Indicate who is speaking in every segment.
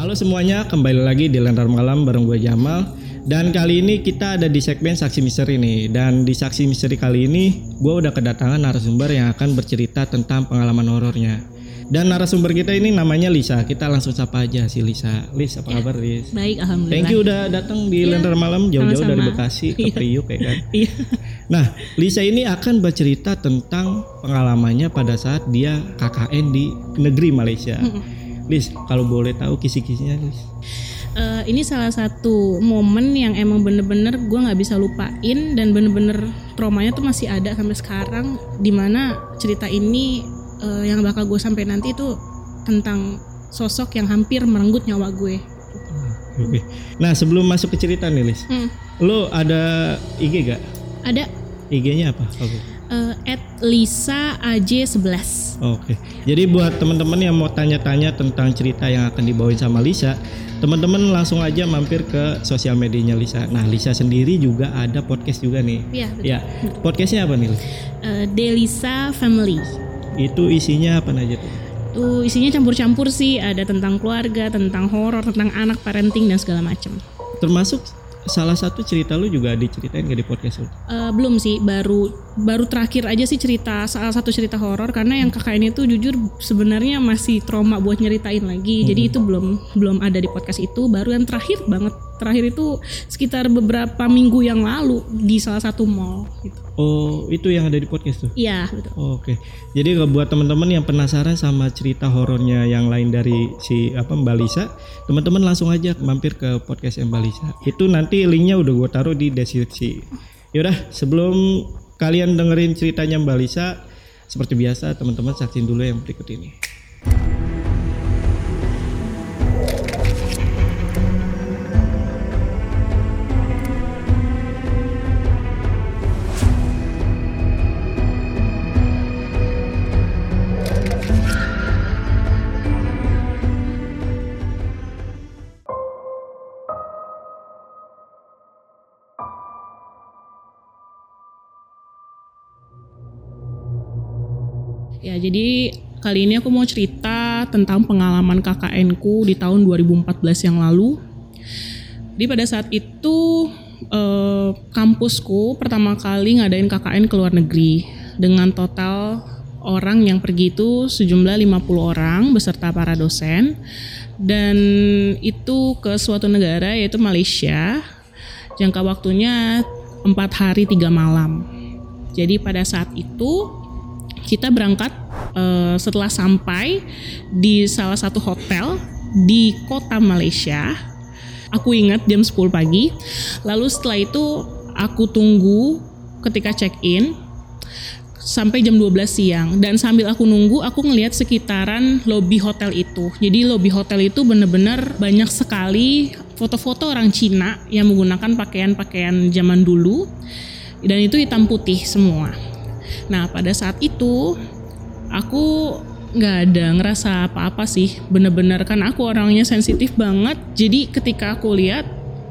Speaker 1: Halo semuanya, kembali lagi di Lentera Malam bareng gue Jamal. Dan kali ini kita ada di segmen Saksi Misteri nih. Dan di Saksi Misteri kali ini gue udah kedatangan narasumber yang akan bercerita tentang pengalaman horornya. Dan narasumber kita ini namanya Lisa. Kita langsung sapa aja si Lisa. Lis, apa kabar Lis?
Speaker 2: Baik, alhamdulillah.
Speaker 1: Thank you udah datang di Lentera Malam jauh-jauh dari Bekasi ke Priuk ya kan.
Speaker 2: Iya.
Speaker 1: Nah, Lisa ini akan bercerita tentang pengalamannya pada saat dia KKN di negeri Malaysia. Lis, kalau boleh tahu kisi-kisinya Lis.
Speaker 2: Ini salah satu momen yang emang bener-bener gue nggak bisa lupain dan bener-bener traumanya tuh masih ada sampai sekarang. Dimana cerita ini yang bakal gue sampai nanti itu tentang sosok yang hampir merenggut nyawa gue.
Speaker 1: Oke. Nah, sebelum masuk ke cerita nih Lis, lo ada IG gak?
Speaker 2: Ada.
Speaker 1: IG-nya apa? Oke.
Speaker 2: @LisaAJ11.
Speaker 1: Oke. Jadi buat teman-teman yang mau tanya-tanya tentang cerita yang akan dibawain sama Lisa, teman-teman langsung aja mampir ke sosial medianya Lisa. Nah, Lisa sendiri juga ada podcast juga nih.
Speaker 2: Iya, betul.
Speaker 1: Ya. Podcastnya apa nih?
Speaker 2: Delisa Family.
Speaker 1: Itu isinya apa aja tuh?
Speaker 2: Tuh isinya campur-campur sih, ada tentang keluarga, tentang horor, tentang anak, parenting dan segala macam.
Speaker 1: Termasuk salah satu cerita lu juga diceritain gak di podcast lu?
Speaker 2: Belum sih, baru terakhir aja sih cerita salah satu cerita horor, karena yang KKN itu jujur sebenarnya masih trauma buat nyeritain lagi. Jadi itu belum ada di podcast itu, baru yang terakhir banget. Terakhir itu sekitar beberapa minggu yang lalu di salah satu mall gitu.
Speaker 1: Oh, itu yang ada di podcast tuh?
Speaker 2: Iya, betul.
Speaker 1: Oke. Jadi buat teman-teman yang penasaran sama cerita horornya yang lain dari si Mbak Lisa, teman-teman langsung aja mampir ke podcast Mbak Lisa. Itu nanti linknya udah gue taruh di deskripsi. Yaudah, sebelum kalian dengerin ceritanya Mbak Lisa, seperti biasa teman-teman saksiin dulu yang berikut ini.
Speaker 2: Ya, jadi kali ini aku mau cerita tentang pengalaman KKN-ku di tahun 2014 yang lalu. Jadi pada saat itu kampusku pertama kali ngadain KKN ke luar negeri dengan total orang yang pergi itu sejumlah 50 orang beserta para dosen, dan itu ke suatu negara yaitu Malaysia. Jangka waktunya 4 hari 3 malam. Jadi pada saat itu kita berangkat setelah sampai di salah satu hotel di kota Malaysia. Aku ingat jam 10 pagi. Lalu setelah itu aku tunggu ketika check-in sampai jam 12 siang. Dan sambil aku nunggu, aku ngelihat sekitaran lobi hotel itu. Jadi lobi hotel itu benar-benar banyak sekali foto-foto orang Cina yang menggunakan pakaian-pakaian zaman dulu. Dan itu hitam putih semua. Nah, pada saat itu aku nggak ada ngerasa apa-apa sih, bener-bener kan aku orangnya sensitif banget. Jadi ketika aku lihat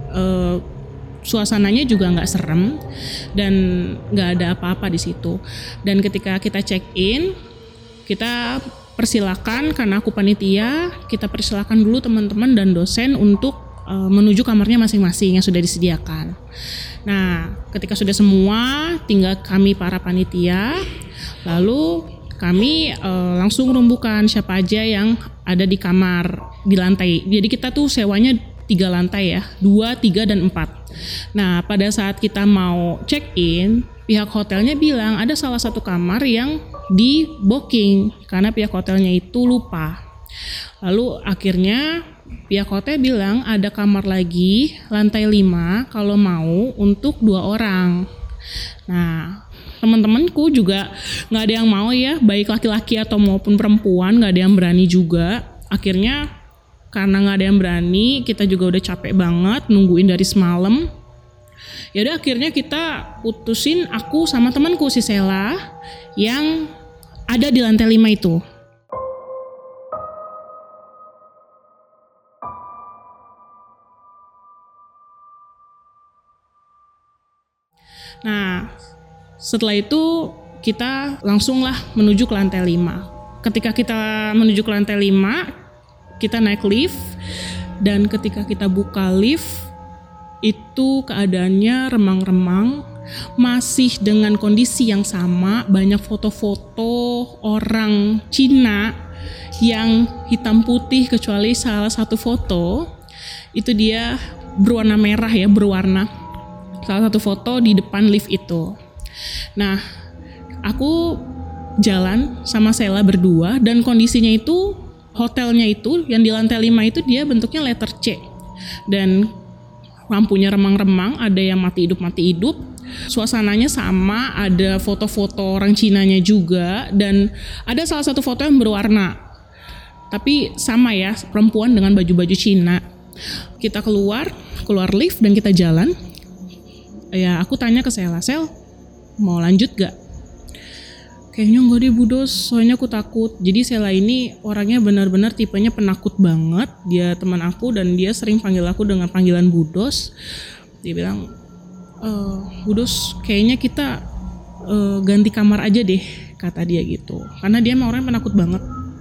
Speaker 2: suasananya juga nggak serem dan nggak ada apa-apa di situ. Dan ketika kita check in, kita persilakan, karena aku panitia, kita persilakan dulu teman-teman dan dosen untuk menuju kamarnya masing-masing yang sudah disediakan. Nah, ketika sudah semua, tinggal kami para panitia, lalu kami langsung rumbukan siapa aja yang ada di kamar di lantai. Jadi kita tuh sewanya 3 lantai ya, 2, 3, dan 4. Nah, pada saat kita mau check in, pihak hotelnya bilang ada salah satu kamar yang di booking karena pihak hotelnya itu lupa. Lalu akhirnya pihak hotel bilang ada kamar lagi lantai 5 kalau mau untuk 2 orang. Nah, teman-temanku juga nggak ada yang mau ya, baik laki-laki atau maupun perempuan, nggak ada yang berani juga. Akhirnya karena nggak ada yang berani, kita juga udah capek banget nungguin dari semalam. Yaudah akhirnya kita putusin, aku sama temanku si Sela yang ada di lantai 5 itu. Nah, setelah itu kita langsunglah menuju ke lantai 5. Ketika kita menuju ke lantai 5, kita naik lift Dan ketika kita buka lift, itu keadaannya remang-remang, masih dengan kondisi yang sama, banyak foto-foto orang Cina yang hitam putih kecuali salah satu foto, itu dia berwarna merah ya, salah satu foto di depan lift itu. Nah, aku jalan sama Sheila berdua dan kondisinya itu, hotelnya itu yang di lantai 5 itu dia bentuknya letter C. Dan lampunya remang-remang, ada yang mati hidup. Suasananya sama, ada foto-foto orang Cinanya juga, dan ada salah satu foto yang berwarna. Tapi sama ya, perempuan dengan baju-baju Cina. Kita keluar lift dan kita jalan. Ya, aku tanya ke Sheila, "Sel, mau lanjut gak?" "Kayaknya enggak deh Bu Dos, soalnya aku takut." Jadi Sheila ini orangnya benar-benar tipenya penakut banget. Dia teman aku dan dia sering panggil aku dengan panggilan Bu Dos. Dia bilang, "Bu Dos, kayaknya kita ganti kamar aja deh," kata dia gitu. Karena dia emang orangnya penakut banget.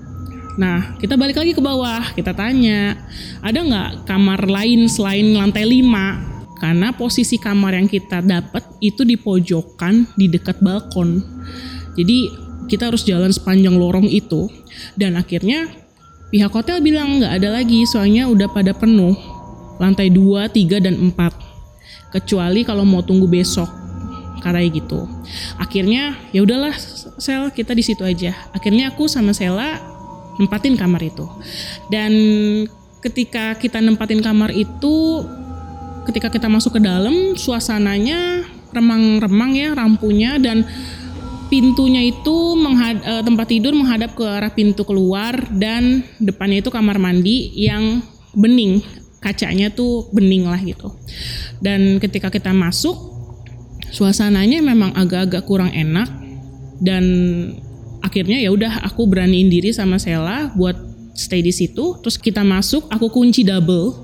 Speaker 2: Nah, kita balik lagi ke bawah, kita tanya, ada nggak kamar lain selain lantai 5? Karena posisi kamar yang kita dapat itu di pojokan di dekat balkon. Jadi kita harus jalan sepanjang lorong itu. Dan akhirnya pihak hotel bilang nggak ada lagi, soalnya udah pada penuh. Lantai 2, 3, dan 4. Kecuali kalau mau tunggu besok, kayak gitu. Akhirnya ya udahlah Sel, kita di situ aja. Akhirnya aku sama Sheila nempatin kamar itu. Dan ketika kita nempatin kamar itu, ketika kita masuk ke dalam, suasananya remang-remang ya, lampunya, dan pintunya itu tempat tidur menghadap ke arah pintu keluar, dan depannya itu kamar mandi yang bening, kacanya tuh bening lah gitu. Dan ketika kita masuk, suasananya memang agak-agak kurang enak, dan akhirnya ya udah aku beraniin diri sama Sheila buat stay di situ. Terus kita masuk, aku kunci double,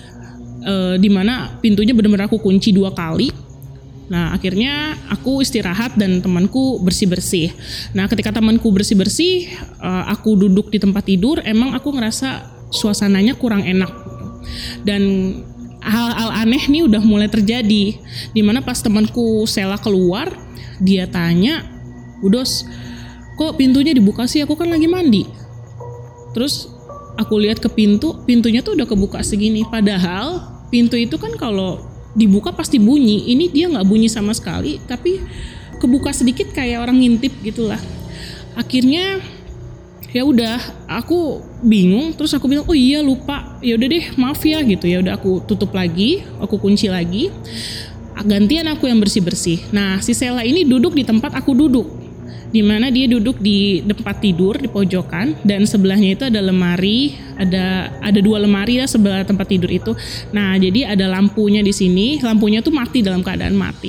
Speaker 2: dimana pintunya benar-benar aku kunci 2 kali. Nah, akhirnya aku istirahat dan temanku bersih-bersih. Nah, ketika temanku bersih-bersih, aku duduk di tempat tidur, emang aku ngerasa suasananya kurang enak. Dan hal-hal aneh nih udah mulai terjadi. Dimana pas temanku Sheila keluar, dia tanya, "Bu Dos, kok pintunya dibuka sih? Aku kan lagi mandi." Terus aku lihat ke pintunya tuh udah kebuka segini. Padahal pintu itu kan kalau dibuka pasti bunyi. Ini dia nggak bunyi sama sekali, tapi kebuka sedikit kayak orang ngintip gitulah. Akhirnya ya udah, aku bingung. Terus aku bilang, "Oh iya lupa. Ya udah deh, maaf ya," gitu. Ya udah aku tutup lagi, aku kunci lagi. Gantian aku yang bersih-bersih. Nah, si Sheila ini duduk di tempat aku duduk, dimana dia duduk di tempat tidur di pojokan, dan sebelahnya itu ada lemari, ada 2 lemari ya sebelah tempat tidur itu. Nah, jadi ada lampunya di sini, lampunya tuh mati, dalam keadaan mati.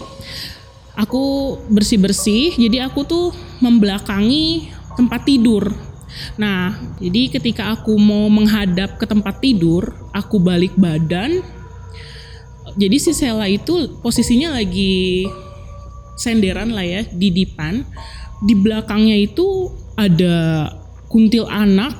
Speaker 2: Aku bersih-bersih, jadi aku tuh membelakangi tempat tidur. Nah, jadi ketika aku mau menghadap ke tempat tidur, aku balik badan. Jadi si Sheila itu posisinya lagi senderan lah ya, di dipan. Di belakangnya itu ada kuntilanak,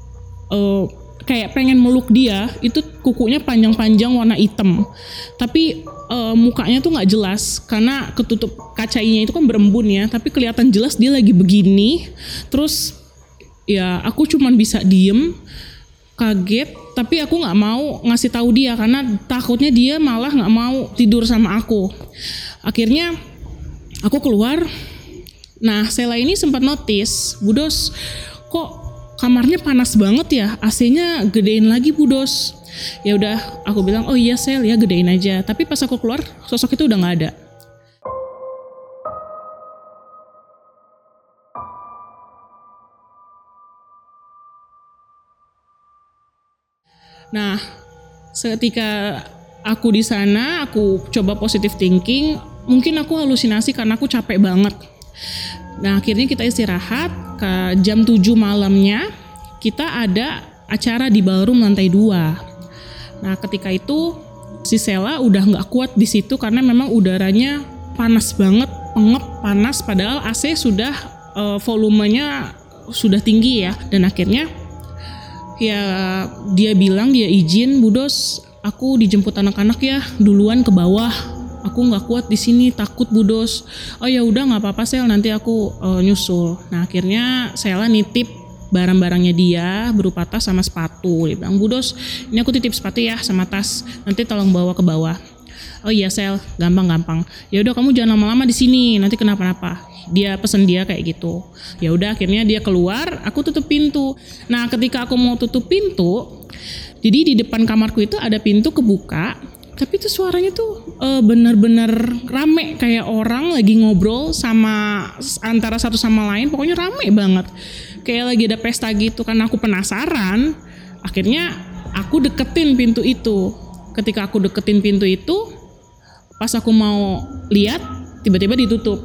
Speaker 2: kayak pengen meluk dia. Itu kukunya panjang-panjang warna hitam, tapi mukanya tuh nggak jelas karena ketutup kacanya itu kan berembun ya. Tapi kelihatan jelas dia lagi begini. Terus ya aku cuman bisa diem, kaget. Tapi aku nggak mau ngasih tahu dia karena takutnya dia malah nggak mau tidur sama aku. Akhirnya aku keluar. Nah, Sheila ini sempat notice, "Bu Dos, kok kamarnya panas banget ya? AC-nya gedein lagi Bu Dos." Ya udah, aku bilang, "Oh iya Shel, ya gedein aja." Tapi pas aku keluar, sosok itu udah nggak ada. Nah, ketika aku di sana, aku coba positive thinking. Mungkin aku halusinasi karena aku capek banget. Nah, akhirnya kita istirahat. Ke jam 7 malamnya kita ada acara di ballroom lantai 2. Nah, ketika itu si Sheila udah nggak kuat di situ karena memang udaranya panas banget, pengep, panas. Padahal AC sudah volumenya sudah tinggi ya. Dan akhirnya Ya dia bilang dia izin, Bu Dos, aku dijemput anak-anak ya duluan ke bawah. Aku nggak kuat di sini, takut Bu Dos. Oh ya udah nggak apa-apa Sel, nanti aku nyusul. Nah akhirnya Sela nitip barang-barangnya dia berupa tas sama sepatu. Dia bilang, Bu Dos, ini aku titip sepatu ya sama tas, nanti tolong bawa ke bawah. Oh iya Sel, gampang. Ya udah kamu jangan lama-lama di sini, nanti kenapa-napa. Dia pesen dia kayak gitu. Ya udah akhirnya dia keluar, aku tutup pintu. Nah ketika aku mau tutup pintu, jadi di depan kamarku itu ada pintu kebuka. Tapi tuh suaranya tuh bener-bener rame, kayak orang lagi ngobrol sama antara satu sama lain, pokoknya rame banget. Kayak lagi ada pesta gitu. Karena aku penasaran, akhirnya aku deketin pintu itu. Ketika aku deketin pintu itu, pas aku mau lihat, tiba-tiba ditutup,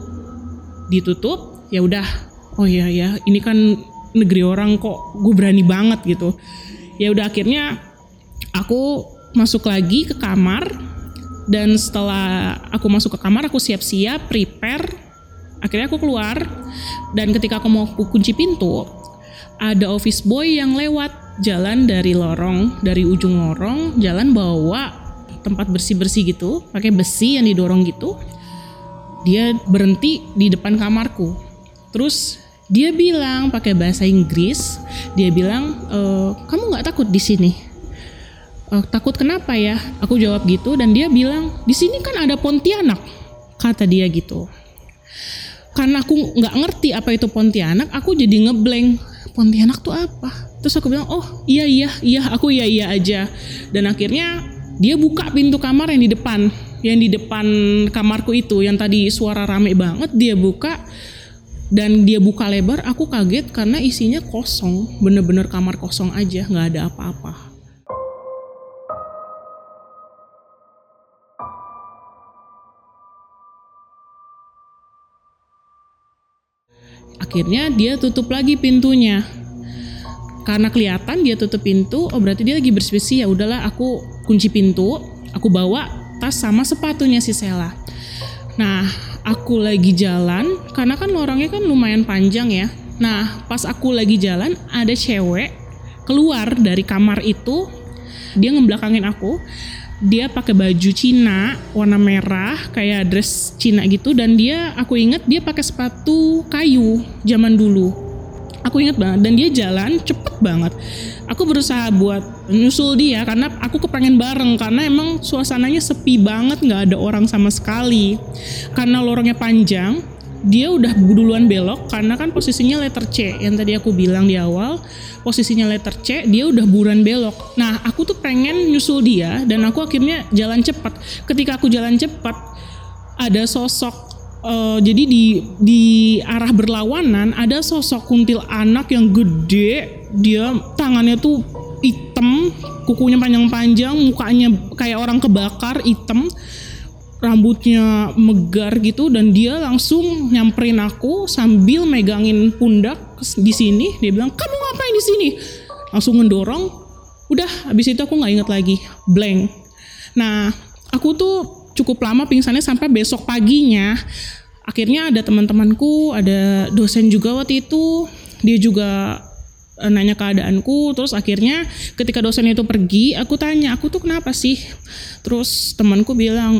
Speaker 2: ya udah. Oh iya ya, ini kan negeri orang kok, gue berani banget gitu. Ya udah akhirnya aku masuk lagi ke kamar, dan setelah aku masuk ke kamar aku siap-siap prepare. Akhirnya aku keluar, dan ketika aku mau kunci pintu, ada office boy yang lewat jalan dari ujung lorong, jalan bawa tempat bersih-bersih gitu, pakai besi yang didorong gitu. Dia berhenti di depan kamarku, terus dia bilang pakai bahasa Inggris, dia bilang, kamu nggak takut di sini? Takut kenapa ya? Aku jawab gitu, dan dia bilang, di sini kan ada Pontianak, kata dia gitu. Karena aku nggak ngerti apa itu Pontianak, aku jadi ngeblank. Pontianak tuh apa? Terus aku bilang, oh iya, aku iya aja. Dan akhirnya dia buka pintu kamar yang di depan kamarku itu, yang tadi suara rame banget, dia buka. Dan dia buka lebar, aku kaget karena isinya kosong, bener-bener kamar kosong aja, nggak ada apa-apa. Akhirnya dia tutup lagi pintunya. Karena kelihatan dia tutup pintu, oh berarti dia lagi bersih-bersih. Ya udahlah, aku kunci pintu, aku bawa tas sama sepatunya si Sela. Nah, aku lagi jalan, karena kan lorongnya kan lumayan panjang ya. Nah, pas aku lagi jalan, ada cewek keluar dari kamar itu, dia ngebelakangin aku. Dia pakai baju Cina warna merah kayak dress Cina gitu, dan aku inget dia pakai sepatu kayu zaman dulu. Aku inget banget, dan dia jalan cepet banget. Aku berusaha buat nyusul dia karena aku kepengen bareng, karena emang suasananya sepi banget, nggak ada orang sama sekali. Karena lorongnya panjang, dia udah duluan belok karena kan posisinya letter C yang tadi aku bilang di awal, posisinya letter C, dia udah buruan belok. Nah aku tuh pengen nyusul dia, dan aku akhirnya jalan cepat. Ketika aku jalan cepat, ada sosok jadi di arah berlawanan ada sosok kuntilanak yang gede. Dia tangannya tuh hitam, kukunya panjang-panjang, mukanya kayak orang kebakar, hitam, rambutnya megar gitu, dan dia langsung nyamperin aku sambil megangin pundak di sini. Dia bilang, kamu ngapain di sini? Langsung ngedorong. Udah, habis itu aku nggak inget lagi, blank. Nah, aku tuh cukup lama pingsannya sampai besok paginya. Akhirnya ada teman-temanku, ada dosen juga waktu itu, dia juga nanya keadaanku. Terus akhirnya ketika dosen itu pergi, aku tanya, aku tuh kenapa sih? Terus temanku bilang,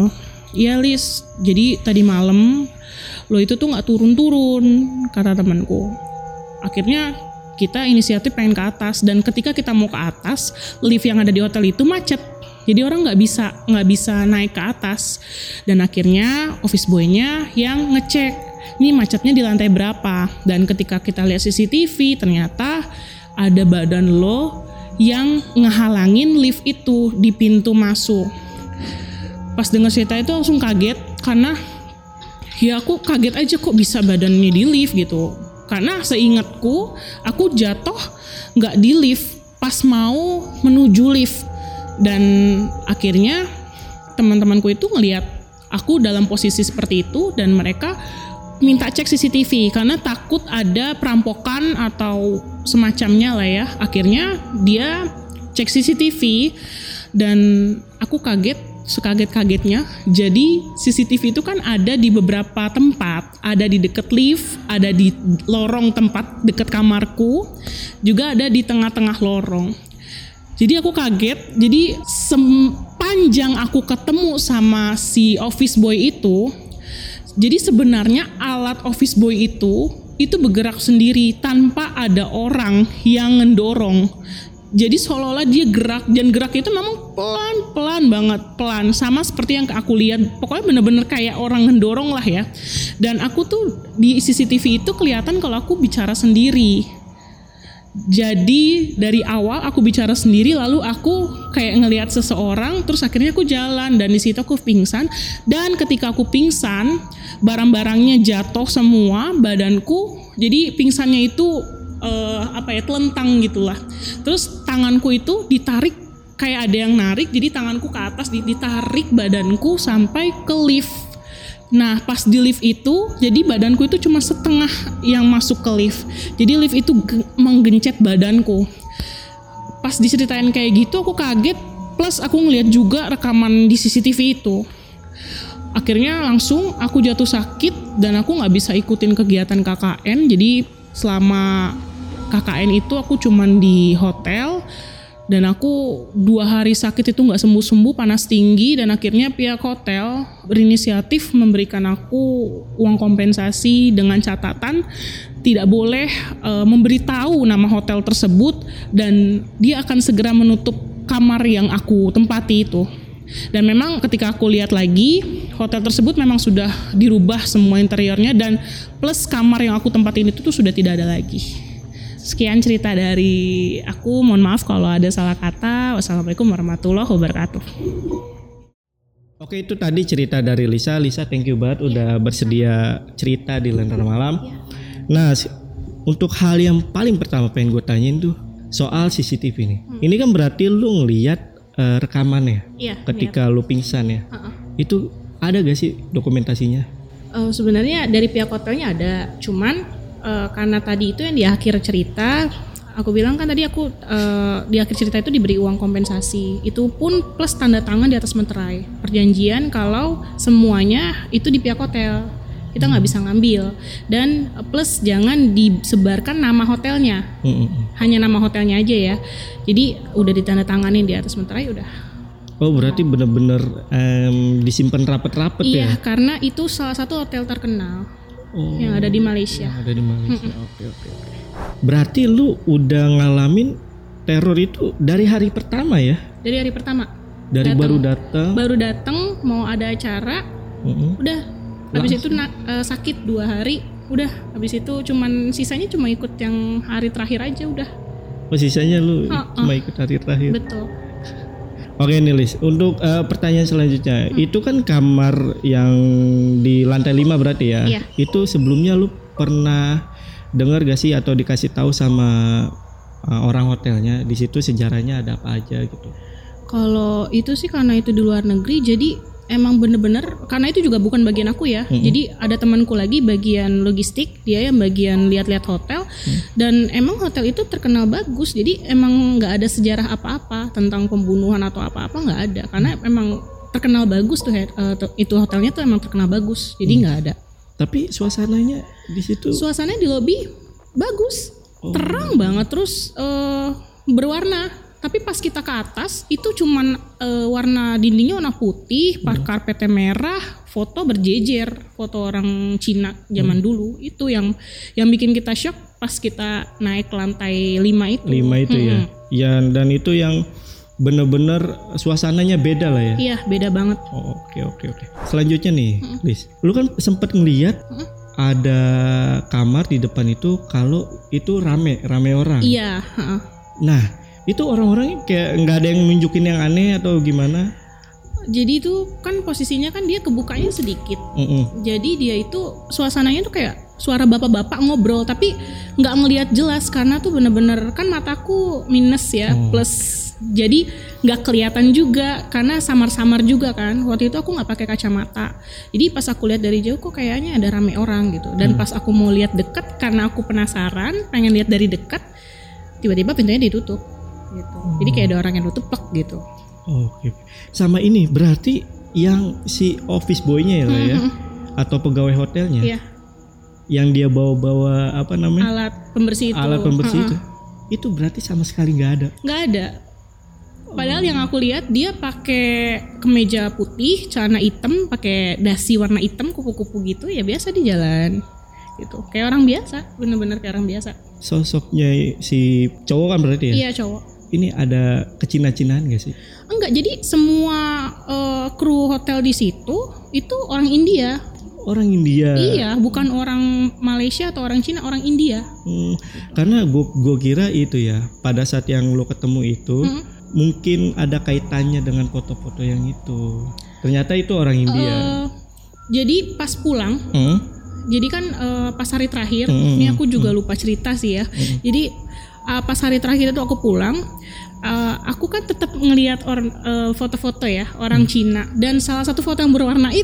Speaker 2: ya Lis, jadi tadi malam lo itu tuh nggak turun-turun, kata temanku. Akhirnya kita inisiatif pengen ke atas, dan ketika kita mau ke atas, lift yang ada di hotel itu macet. Jadi orang nggak bisa naik ke atas. Dan akhirnya office boy-nya yang ngecek, ini macetnya di lantai berapa. Dan ketika kita lihat CCTV, ternyata ada badan lo yang ngehalangin lift itu di pintu masuk. Pas dengar cerita itu langsung kaget, karena ya aku kaget aja kok bisa badannya di lift gitu. Karena seingatku aku jatuh nggak di lift, pas mau menuju lift. Dan akhirnya teman-temanku itu ngelihat aku dalam posisi seperti itu, dan mereka minta cek CCTV karena takut ada perampokan atau semacamnya lah ya. Akhirnya dia cek CCTV, dan aku kaget sekaget-kagetnya. Jadi CCTV itu kan ada di beberapa tempat, ada di deket lift, ada di lorong tempat deket kamarku, juga ada di tengah-tengah lorong. Jadi aku kaget. Jadi sepanjang aku ketemu sama si office boy itu, jadi sebenarnya alat office boy itu bergerak sendiri tanpa ada orang yang ngedorong. Jadi seolah-olah dia gerak, dan gerak itu memang pelan-pelan banget, pelan, sama seperti yang aku lihat. Pokoknya bener-bener kayak orang ngedorong lah ya. Dan aku tuh di CCTV itu kelihatan kalau aku bicara sendiri. Jadi dari awal aku bicara sendiri, lalu aku kayak ngelihat seseorang, terus akhirnya aku jalan, dan di situ aku pingsan. Dan ketika aku pingsan, barang-barangnya jatuh semua, badanku. Jadi pingsannya itu telentang gitulah. Terus tanganku itu ditarik, kayak ada yang narik, jadi tanganku ke atas ditarik badanku sampai ke lift. Nah pas di lift itu, jadi badanku itu cuma setengah yang masuk ke lift. Jadi lift itu menggencet badanku. Pas diceritain kayak gitu aku kaget, plus aku ngeliat juga rekaman di CCTV itu. Akhirnya langsung aku jatuh sakit dan aku gak bisa ikutin kegiatan KKN. Jadi selama KKN itu aku cuman di hotel, dan aku 2 hari sakit itu gak sembuh-sembuh, panas tinggi, dan akhirnya pihak hotel berinisiatif memberikan aku uang kompensasi dengan catatan tidak boleh memberitahu nama hotel tersebut, dan dia akan segera menutup kamar yang aku tempati itu. Dan memang ketika aku lihat lagi, hotel tersebut memang sudah dirubah semua interiornya, dan plus kamar yang aku tempatin itu tuh sudah tidak ada lagi. Sekian cerita dari aku, mohon maaf kalau ada salah kata. Wassalamualaikum warahmatullahi wabarakatuh.
Speaker 1: Oke, itu tadi cerita dari Lisa. Lisa, thank you banget udah bersedia cerita di Lentera Malam. Nah, untuk hal yang paling pertama pengen gue tanyain tuh soal CCTV nih. Ini kan berarti lu ngelihat rekamannya ketika lu pingsan ya. Itu ada gak sih dokumentasinya?
Speaker 2: Sebenarnya dari pihak hotelnya ada, cuman karena tadi itu yang di akhir cerita aku bilang kan tadi aku di akhir cerita itu diberi uang kompensasi, itu pun plus tanda tangan di atas meterai perjanjian kalau semuanya itu di pihak hotel, kita nggak bisa ngambil, dan plus jangan disebarkan nama hotelnya, hanya nama hotelnya aja ya. Jadi udah ditandatanganin di atas meterai udah.
Speaker 1: Oh berarti benar-benar disimpan rapat-rapat ya?
Speaker 2: Iya, karena itu salah satu hotel terkenal yang ada di Malaysia.
Speaker 1: Yang ada di Malaysia. Oke. Berarti lu udah ngalamin teror itu dari hari pertama ya? Dari hari pertama. Dari baru datang mau ada acara, udah. Habis itu sakit 2 hari, udah. Habis itu sisanya cuma ikut yang hari terakhir aja udah. Oh sisanya lu cuma ikut hari terakhir.
Speaker 2: Betul.
Speaker 1: Oke nih Lis, untuk pertanyaan selanjutnya, itu kan kamar yang di lantai 5 berarti ya?
Speaker 2: Iya.
Speaker 1: Itu sebelumnya lu pernah dengar gak sih atau dikasih tahu sama orang hotelnya di situ sejarahnya ada apa aja gitu?
Speaker 2: Kalau itu sih karena itu di luar negeri, jadi emang bener-bener karena itu juga bukan bagian aku ya. Jadi ada temanku lagi bagian logistik, dia yang bagian lihat-lihat hotel. Dan emang hotel itu terkenal bagus, jadi emang nggak ada sejarah apa-apa tentang pembunuhan atau apa-apa, nggak ada, karena emang terkenal bagus tuh itu hotelnya tuh emang terkenal bagus, jadi nggak ada.
Speaker 1: Tapi suasananya di situ?
Speaker 2: Suasananya di lobi bagus, terang banget, terus berwarna. Tapi pas kita ke atas itu cuman warna dindingnya warna putih, karpetnya merah, foto berjejer, foto orang Cina zaman dulu. Itu yang bikin kita shock pas kita naik ke lantai 5 itu.
Speaker 1: 5 itu ya. Ya, dan itu yang bener-bener suasananya beda lah ya.
Speaker 2: Iya, beda banget.
Speaker 1: Oh, oke. Selanjutnya nih, Liz, lu kan sempat ngeliat ada kamar di depan itu kalau itu rame orang.
Speaker 2: Iya.
Speaker 1: Nah, itu orang-orang kayak nggak ada yang nunjukin yang aneh atau gimana?
Speaker 2: Jadi itu kan posisinya kan dia kebukanya sedikit. Jadi dia itu suasananya tuh kayak suara bapak-bapak ngobrol, tapi nggak ngelihat jelas karena tuh bener-bener kan mataku minus ya, plus jadi nggak kelihatan juga karena samar-samar juga kan. Waktu itu aku nggak pakai kacamata, jadi pas aku lihat dari jauh kok kayaknya ada rame orang gitu. Dan pas aku mau lihat dekat karena aku penasaran pengen lihat dari dekat, tiba-tiba pintunya ditutup gitu. Jadi kayak ada orang yang nutup plek gitu.
Speaker 1: Oke. Sama ini berarti yang si office boy-nya ya lah ya, atau pegawai hotelnya, yang dia bawa apa namanya?
Speaker 2: Alat pembersih
Speaker 1: itu berarti sama sekali nggak ada.
Speaker 2: Nggak ada. Padahal yang aku lihat dia pakai kemeja putih, celana hitam, pakai dasi warna hitam, kupu-kupu gitu, ya biasa di jalan. Gitu. Kayak orang biasa, bener-bener kayak orang biasa.
Speaker 1: Sosoknya si cowok kan berarti ya?
Speaker 2: Iya, cowok.
Speaker 1: Ini ada kecina-cinaan gak sih?
Speaker 2: Enggak, jadi semua kru hotel di situ itu orang India.
Speaker 1: Orang India?
Speaker 2: Iya, bukan orang Malaysia atau orang Cina, orang India.
Speaker 1: Karena gue kira itu ya, pada saat yang lo ketemu itu mungkin ada kaitannya dengan foto-foto yang itu. Ternyata itu orang India.
Speaker 2: Jadi pas pulang, jadi kan pas hari terakhir, ini aku juga lupa cerita sih ya. Jadi pas hari terakhir itu aku pulang, aku kan tetap ngelihat foto-foto ya orang Cina, dan salah satu foto yang berwarna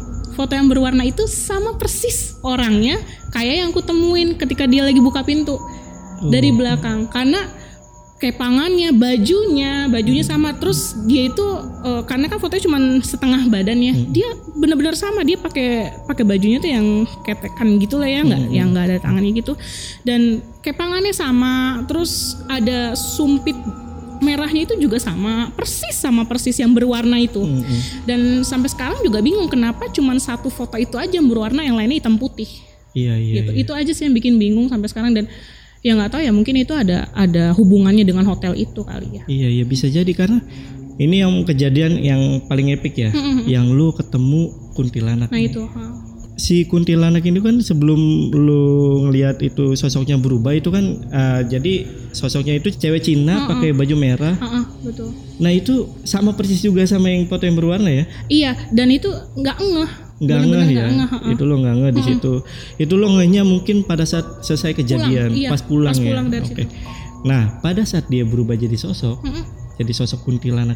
Speaker 2: itu sama persis orangnya kayak yang aku temuin ketika dia lagi buka pintu dari belakang, karena kepangannya, bajunya sama. Terus dia itu karena kan fotonya cuma setengah badan ya, dia benar-benar sama, dia pakai bajunya tuh yang ketekan gitu lah ya, yang nggak ada tangannya gitu, dan kepangannya sama, terus ada sumpit merahnya itu juga sama persis yang berwarna itu. Dan sampai sekarang juga bingung kenapa cuma satu foto itu aja yang berwarna, yang lainnya hitam putih.
Speaker 1: Iya.
Speaker 2: Gitu. Itu aja sih yang bikin bingung sampai sekarang, dan ya nggak tahu ya, mungkin itu ada hubungannya dengan hotel itu kali ya. Iya
Speaker 1: bisa jadi, karena ini yang kejadian yang paling epik ya, yang lu ketemu kuntilanak.
Speaker 2: Nah itu.
Speaker 1: Si kuntilanak ini kan sebelum lu ngelihat itu sosoknya berubah itu kan, jadi sosoknya itu cewek Cina pakai baju merah.
Speaker 2: Betul.
Speaker 1: Nah itu sama persis juga sama yang foto yang berwarna ya?
Speaker 2: Iya, dan itu nggak ngeh.
Speaker 1: Nggak ngeh ya, itu lo nggak ngeh di situ. Itu lo ngehnya mungkin pada saat selesai kejadian, pas pulang ya. Oke. Nah pada saat dia berubah jadi sosok, jadi sosok kuntilanak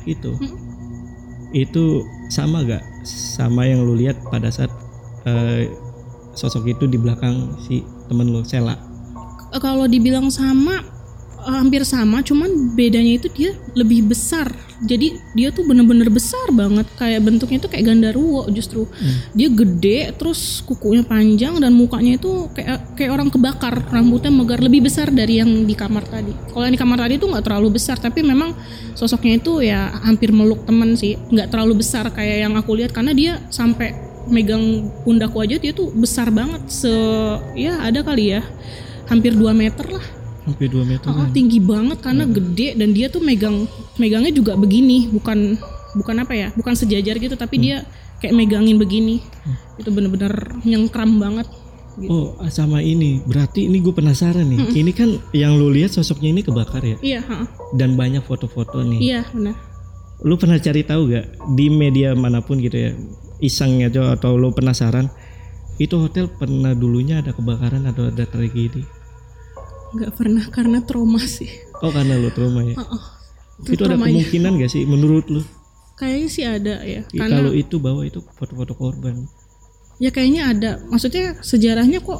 Speaker 1: itu sama gak sama yang lo lihat pada saat sosok itu di belakang si temen lo, Sela?
Speaker 2: Kalau dibilang sama, hampir sama, cuman bedanya itu dia lebih besar. Jadi dia tuh bener-bener besar banget, kayak bentuknya tuh kayak Gandarwo justru. Dia gede, terus kukunya panjang, dan mukanya itu kayak orang kebakar, rambutnya megar, lebih besar dari yang di kamar tadi. Kalau yang di kamar tadi tuh nggak terlalu besar, tapi memang sosoknya itu ya hampir meluk temen sih, nggak terlalu besar kayak yang aku lihat, karena dia sampai megang pundakku aja, dia tuh besar banget, ya ada kali ya hampir 2 meter lah.
Speaker 1: Hampir 2 meter.
Speaker 2: Tinggi banget karena gede, dan dia tuh megangnya juga begini, bukan apa ya, bukan sejajar gitu, tapi dia kayak megangin begini. Itu bener-bener nyengkram banget gitu.
Speaker 1: Oh sama ini, berarti ini gue penasaran nih. Ini kan yang lu lihat sosoknya ini kebakar ya?
Speaker 2: Iya.
Speaker 1: Dan banyak foto-foto nih.
Speaker 2: Iya benar.
Speaker 1: Lu pernah cari tahu gak di media manapun gitu ya, iseng aja, atau lu penasaran itu hotel pernah dulunya ada kebakaran atau ada tragedi?
Speaker 2: Nggak pernah, karena trauma sih.
Speaker 1: Oh karena lu trauma ya? Itu ada kemungkinan gak sih menurut lu?
Speaker 2: Kayaknya sih ada ya.
Speaker 1: Kalau itu bawa itu foto-foto korban.
Speaker 2: Ya kayaknya ada. Maksudnya sejarahnya kok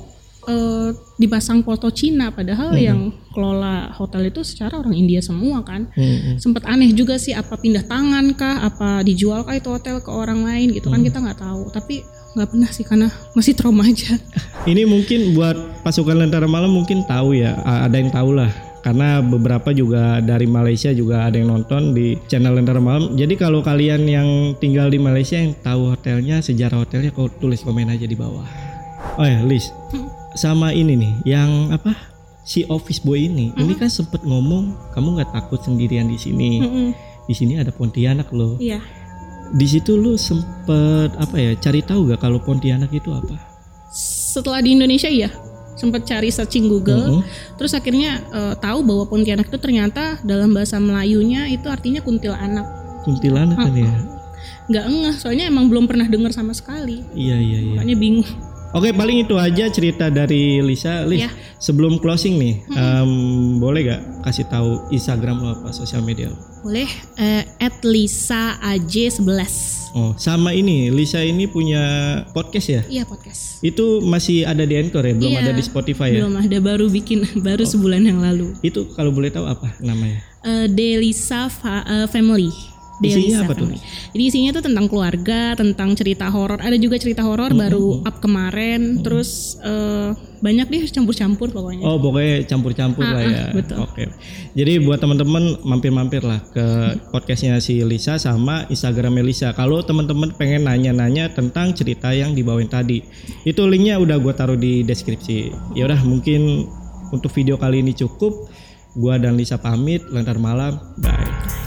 Speaker 2: dipasang foto Cina, padahal yang kelola hotel itu secara orang India semua kan. Sempet aneh juga sih, apa pindah tangan kah, apa dijual kah itu hotel ke orang lain gitu kan, kita nggak tahu. Tapi nggak pernah sih, karena masih trauma aja. Ini
Speaker 1: mungkin buat pasukan Lentera Malam mungkin tahu ya, ada yang tahu lah, karena beberapa juga dari Malaysia juga ada yang nonton di channel Lentera Malam. Jadi kalau kalian yang tinggal di Malaysia yang tahu hotelnya, sejarah hotelnya, kau tulis komen aja di bawah. Oh ya Liz, sama ini nih yang apa, si office boy ini kan sempet ngomong kamu nggak takut sendirian di sini. Di sini ada Pontianak loh.
Speaker 2: Iya.
Speaker 1: Di situ lu sempet apa ya, cari tahu gak kalau Pontianak itu apa?
Speaker 2: Setelah di Indonesia ya, sempet cari searching Google, terus akhirnya tahu bahwa Pontianak itu ternyata dalam bahasa Melayunya itu artinya kuntilanak.
Speaker 1: Kuntilanak kan ya?
Speaker 2: Nggak ngeh, soalnya emang belum pernah dengar sama sekali.
Speaker 1: Iya.
Speaker 2: Makanya bingung.
Speaker 1: Oke, paling itu aja cerita dari Lisa. Lis, sebelum closing nih, boleh gak kasih tahu Instagram lo apa, sosial media lo?
Speaker 2: Boleh, @lisaaj11.
Speaker 1: Oh, sama ini, Lisa ini punya podcast ya?
Speaker 2: Iya, podcast.
Speaker 1: Itu masih ada di Anchor ya? Belum ada di Spotify ya?
Speaker 2: Belum ada, baru sebulan yang lalu.
Speaker 1: Itu kalau boleh tahu apa namanya?
Speaker 2: Delisa Family.
Speaker 1: Isinya apa tuh?
Speaker 2: Jadi isinya tuh tentang keluarga, tentang cerita horor. Ada juga cerita horor baru up kemarin. Terus banyak deh campur-campur pokoknya.
Speaker 1: Oh, pokoknya campur-campur lah ya.
Speaker 2: Betul.
Speaker 1: Oke. Jadi buat teman-teman mampir-mampir lah ke podcastnya si Lisa sama Instagramnya Lisa. Kalau teman-teman pengen nanya-nanya tentang cerita yang dibawain tadi, itu linknya udah gue taruh di deskripsi. Ya udah, mungkin untuk video kali ini cukup. Gua dan Lisa pamit. Lantar malam. Bye.